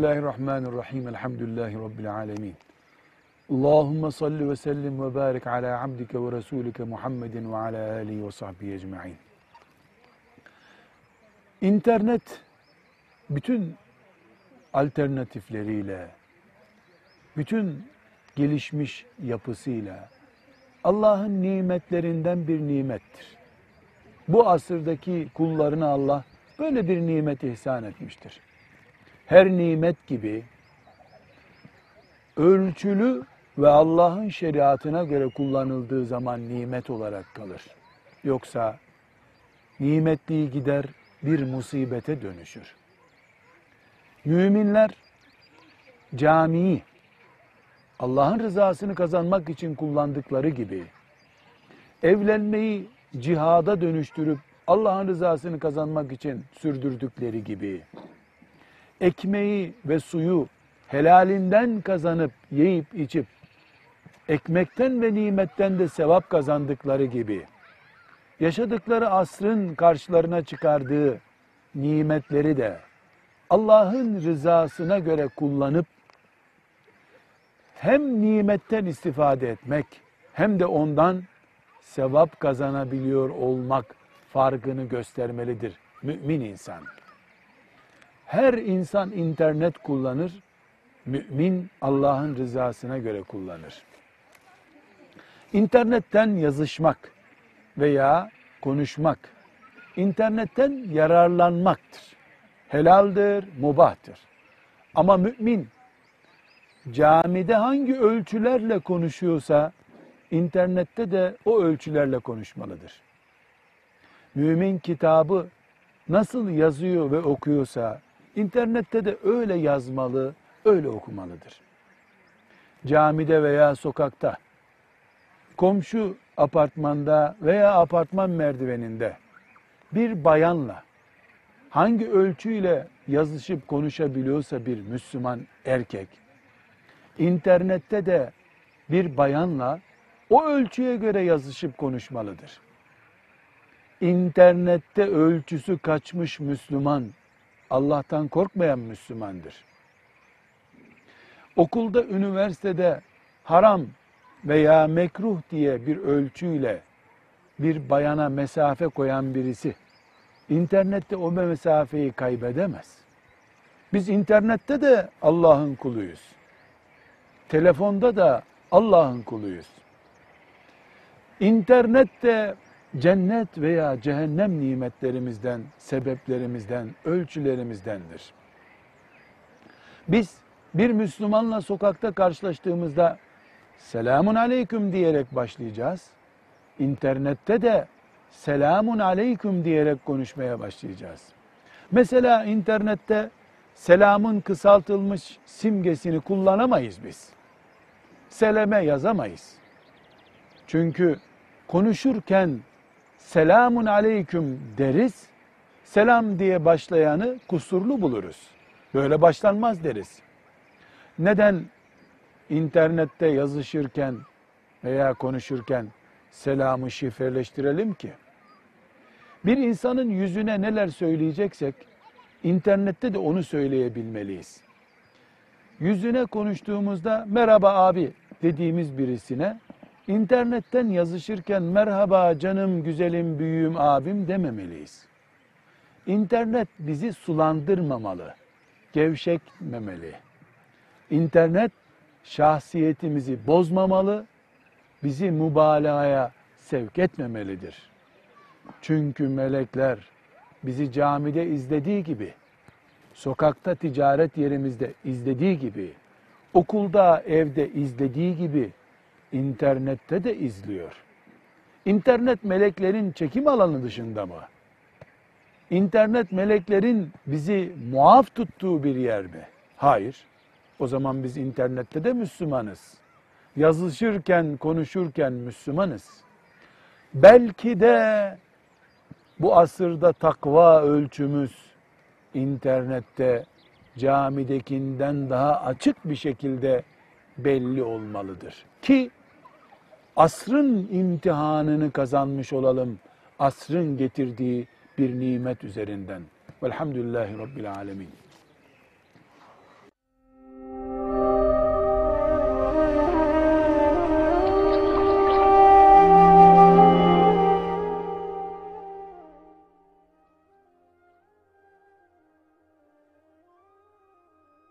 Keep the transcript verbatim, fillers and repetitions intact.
Bismillahirrahmanirrahim. Elhamdülillahi Rabbil alemin. Allahümme salli ve sellim ve barik ala abdike ve resulike Muhammedin ve ala alihi ve sahbihi ecma'in. İnternet bütün alternatifleriyle, bütün gelişmiş yapısıyla Allah'ın nimetlerinden bir nimettir. Bu asırdaki kullarına Allah böyle bir nimet ihsan etmiştir. Her nimet gibi ölçülü ve Allah'ın şeriatına göre kullanıldığı zaman nimet olarak kalır. Yoksa nimetliği gider bir musibete dönüşür. Müminler camiyi Allah'ın rızasını kazanmak için kullandıkları gibi evlenmeyi cihada dönüştürüp Allah'ın rızasını kazanmak için sürdürdükleri gibi ekmeği ve suyu helalinden kazanıp yiyip içip ekmekten ve nimetten de sevap kazandıkları gibi yaşadıkları asrın karşılarına çıkardığı nimetleri de Allah'ın rızasına göre kullanıp hem nimetten istifade etmek hem de ondan sevap kazanabiliyor olmak farkını göstermelidir mümin insan. Her insan internet kullanır, mümin Allah'ın rızasına göre kullanır. İnternetten yazışmak veya konuşmak, internetten yararlanmaktır. Helaldir, mubahtır. Ama mümin camide hangi ölçülerle konuşuyorsa internette de o ölçülerle konuşmalıdır. Mümin kitabı nasıl yazıyor ve okuyorsa internette de öyle yazmalı, öyle okumalıdır. Camide veya sokakta, komşu apartmanda veya apartman merdiveninde bir bayanla hangi ölçüyle yazışıp konuşabiliyorsa bir Müslüman erkek, internette de bir bayanla o ölçüye göre yazışıp konuşmalıdır. İnternette ölçüsü kaçmış Müslüman, Allah'tan korkmayan Müslümandır. Okulda, üniversitede haram veya mekruh diye bir ölçüyle bir bayana mesafe koyan birisi, internette o mesafeyi kaybedemez. Biz internette de Allah'ın kuluyuz. Telefonda da Allah'ın kuluyuz. İnternet de cennet veya cehennem nimetlerimizden, sebeplerimizden, ölçülerimizdendir. Biz bir Müslümanla sokakta karşılaştığımızda selamun aleyküm diyerek başlayacağız. İnternette de selamun aleyküm diyerek konuşmaya başlayacağız. Mesela internette selamın kısaltılmış simgesini kullanamayız biz. Seleme yazamayız. Çünkü konuşurken selamun aleyküm deriz, selam diye başlayanı kusurlu buluruz. Böyle başlanmaz deriz. Neden internette yazışırken veya konuşurken selamı şifreleştirelim ki? Bir insanın yüzüne neler söyleyeceksek, internette de onu söyleyebilmeliyiz. Yüzüne konuştuğumuzda merhaba abi dediğimiz birisine, İnternetten yazışırken merhaba canım, güzelim, büyüğüm, abim dememeliyiz. İnternet bizi sulandırmamalı, gevşetmemeli. İnternet şahsiyetimizi bozmamalı, bizi mübalağaya sevk etmemelidir. Çünkü melekler bizi camide izlediği gibi, sokakta, ticaret yerimizde izlediği gibi, okulda, evde izlediği gibi, İnternette de izliyor. İnternet meleklerin çekim alanı dışında mı? İnternet meleklerin bizi muaf tuttuğu bir yer mi? Hayır. O zaman biz internette de Müslümanız. Yazışırken, konuşurken Müslümanız. Belki de bu asırda takva ölçümüz internette camidekinden daha açık bir şekilde belli olmalıdır. Ki asrın imtihanını kazanmış olalım, asrın getirdiği bir nimet üzerinden. Velhamdülillahi Rabbil alemin.